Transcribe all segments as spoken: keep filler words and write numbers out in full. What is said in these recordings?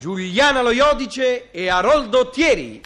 Giuliana Lo Iodice e Aroldo Thieri.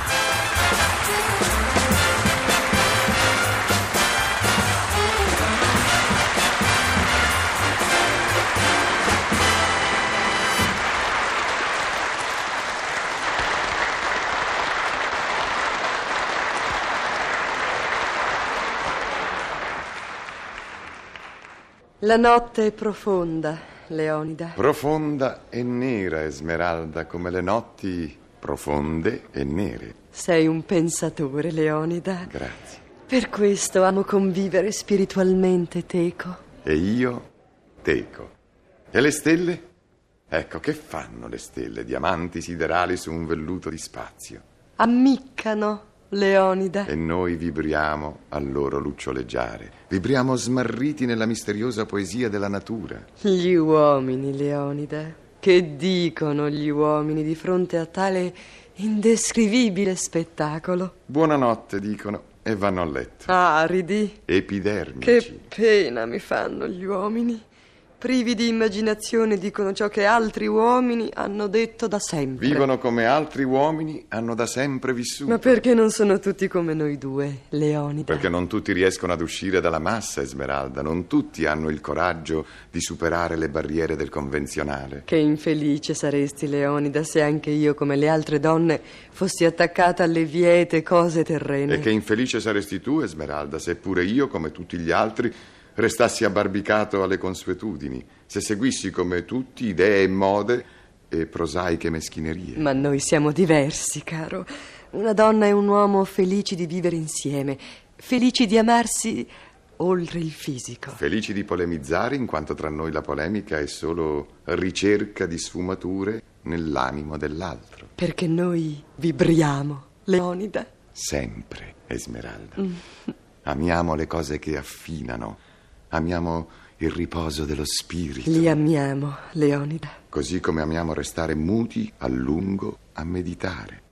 La notte è profonda, Leonida. Profonda e nera, Esmeralda, come le notti profonde e nere. Sei un pensatore, Leonida. Grazie. Per questo amo convivere spiritualmente teco. E io, teco. E le stelle? Ecco, che fanno le stelle, diamanti siderali su un velluto di spazio? Ammiccano, Leonida. E noi vibriamo al loro luccioleggiare. Vibriamo smarriti nella misteriosa poesia della natura. Gli uomini, Leonida. Che dicono gli uomini di fronte a tale indescrivibile spettacolo? Buonanotte, dicono, e vanno a letto. Aridi. Epidermici. Che pena mi fanno gli uomini. Privi di immaginazione dicono ciò che altri uomini hanno detto da sempre. Vivono come altri uomini hanno da sempre vissuto. Ma perché non sono tutti come noi due, Leonida? Perché non tutti riescono ad uscire dalla massa, Esmeralda. Non tutti hanno il coraggio di superare le barriere del convenzionale. Che infelice saresti, Leonida, se anche io, come le altre donne, fossi attaccata alle viete cose terrene. E che infelice saresti tu, Esmeralda, se pure io, come tutti gli altri, restassi abbarbicato alle consuetudini, se seguissi come tutti idee e mode e prosaiche meschinerie. Ma noi siamo diversi, caro. Una donna e un uomo felici di vivere insieme, felici di amarsi oltre il fisico. Felici di polemizzare, in quanto tra noi la polemica è solo ricerca di sfumature nell'animo dell'altro. Perché noi vibriamo, Leonida. Sempre, Esmeralda. Mm. Amiamo le cose che affinano. Amiamo il riposo dello spirito. Li amiamo, Leonida. Così come amiamo restare muti a lungo a meditare.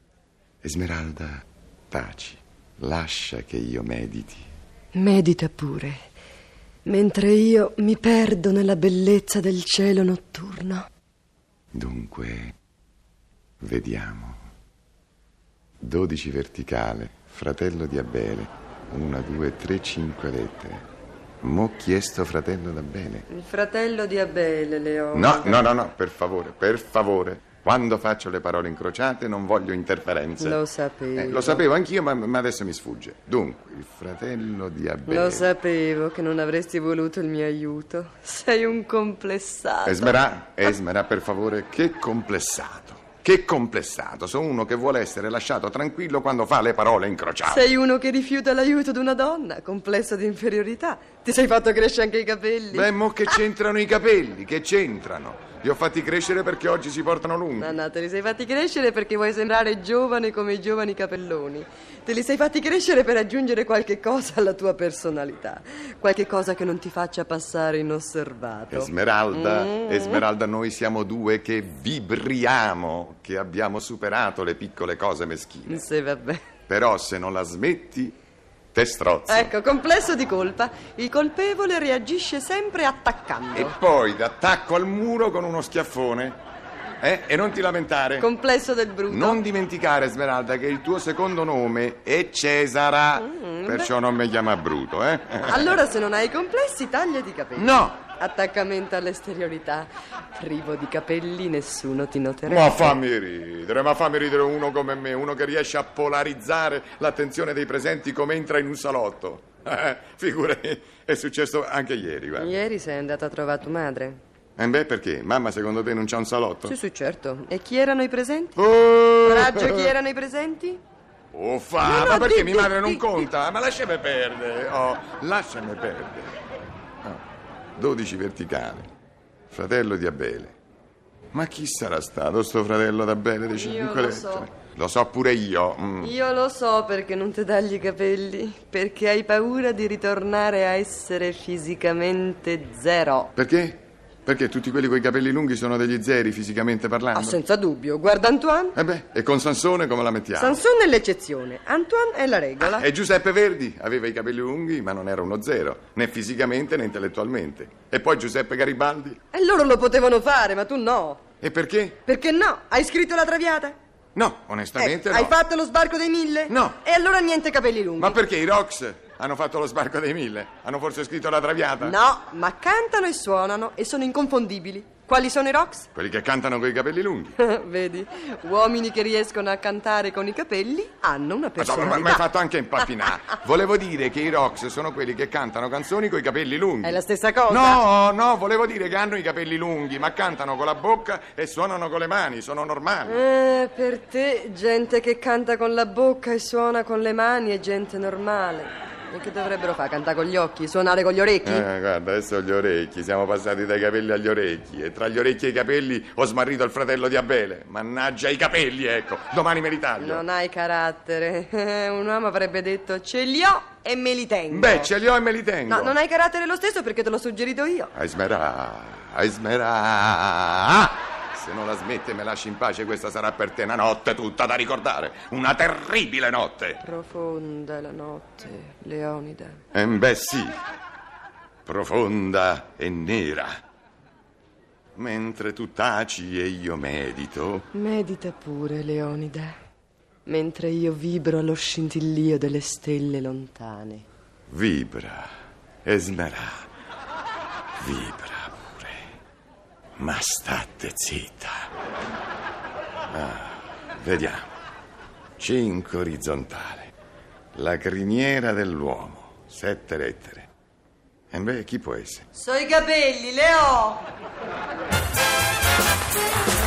Esmeralda, taci, lascia che io mediti. Medita pure, mentre io mi perdo nella bellezza del cielo notturno. Dunque, vediamo. Dodici verticale, fratello di Abele. Una, due, tre, cinque lettere. M'ho chiesto fratello da bene. Il fratello di Abele, Leonida. No, no, no, no, per favore, per favore. Quando faccio le parole incrociate non voglio interferenze. Lo sapevo. Eh, lo sapevo anch'io, ma, ma adesso mi sfugge. Dunque, il fratello di Abele. Lo sapevo che non avresti voluto il mio aiuto. Sei un complessato. Esmerà, Esmerà, per favore, che complessato. Che complessato. Sono uno che vuole essere lasciato tranquillo quando fa le parole incrociate. Sei uno che rifiuta l'aiuto di una donna. Complesso di inferiorità. Ti sei fatto crescere anche i capelli. Beh, mo che c'entrano i capelli? Che c'entrano? Li ho fatti crescere perché oggi si portano lunghi. No, no, te li sei fatti crescere perché vuoi sembrare giovane come i giovani capelloni. Te li sei fatti crescere per aggiungere qualche cosa alla tua personalità. Qualche cosa che non ti faccia passare inosservato. Esmeralda, mm. Esmeralda, noi siamo due che vibriamo, che abbiamo superato le piccole cose meschine. Sì, vabbè. Però se non la smetti, te strozzo. Ecco, complesso di colpa. Il colpevole reagisce sempre attaccando. E poi t'attacco al muro con uno schiaffone. Eh? E non ti lamentare. Complesso del bruto. Non dimenticare, Esmeralda, che il tuo secondo nome è Cesara. Mm, perciò beh. non mi chiama Bruto, eh? Allora, se non hai complessi, tagliati i capelli. No! Attaccamento all'esteriorità. Privo di capelli, nessuno ti noterà. Ma fammi ridere, ma fammi ridere uno come me, uno che riesce a polarizzare l'attenzione dei presenti come entra in un salotto. Eh, figurati, è successo anche ieri, guarda. Ieri sei andato a trovare tua madre. Eh beh, perché? Mamma secondo te non c'ha un salotto? Sì, sì, certo. E chi erano i presenti? Oh! Coraggio, chi erano i presenti? Uffa, no, no, ma perché di, mia di, madre non di, conta? Di. Ma lasciami perdere, oh, lasciami perdere. Oh, dodici verticale, fratello di Abele. Ma chi sarà stato sto fratello d'Abele di cinque lettere? So. Lo so pure io. Mm. Io lo so perché non ti tagli i capelli. Perché hai paura di ritornare a essere fisicamente zero. Perché? Perché tutti quelli coi capelli lunghi sono degli zeri fisicamente parlando? Ah, senza dubbio. Guarda Antoine. Eh beh, e con Sansone come la mettiamo? Sansone è l'eccezione, Antoine è la regola. Ah, e Giuseppe Verdi aveva i capelli lunghi, ma non era uno zero, né fisicamente né intellettualmente. E poi Giuseppe Garibaldi? E loro lo potevano fare, ma tu no. E perché? Perché no? Hai scritto la Traviata? No, onestamente Eh, no. Hai fatto lo sbarco dei mille? No. E allora niente capelli lunghi. Ma perché i Rox hanno fatto lo sbarco dei mille? Hanno forse scritto la Traviata? No, ma cantano e suonano e sono inconfondibili. Quali sono i Rox? Quelli che cantano coi capelli lunghi. Vedi, uomini che riescono a cantare con i capelli hanno una Ma insomma, personalità. mi hai fatto anche impappinare. Volevo dire che i Rox sono quelli che cantano canzoni coi capelli lunghi. È la stessa cosa. No, no, volevo dire che hanno i capelli lunghi, ma cantano con la bocca e suonano con le mani, sono normali. Eh, per te, gente che canta con la bocca e suona con le mani è gente normale. E che dovrebbero fare? Cantare con gli occhi? Suonare con gli orecchi? Eh, guarda, adesso gli orecchi, siamo passati dai capelli agli orecchi e tra gli orecchi e i capelli ho smarrito il fratello di Abele. Mannaggia i capelli, ecco, domani me li taglio. Non hai carattere. Un uomo avrebbe detto ce li ho e me li tengo. Beh, ce li ho e me li tengo. No, non hai carattere lo stesso perché te l'ho suggerito io. Aismerà, Aismerà. Se non la smette e me lasci in pace, questa sarà per te una notte tutta da ricordare. Una terribile notte. Profonda è la notte, Leonida. Eh, beh sì, profonda e nera. Mentre tu taci e io medito. Medita pure, Leonida, mentre io vibro allo scintillio delle stelle lontane. Vibra, Esmerà, vibra. Ma state zitta. Ah, vediamo. Cinque orizzontale. La criniera dell'uomo. Sette lettere. E beh, chi può essere? So i capelli, le ho!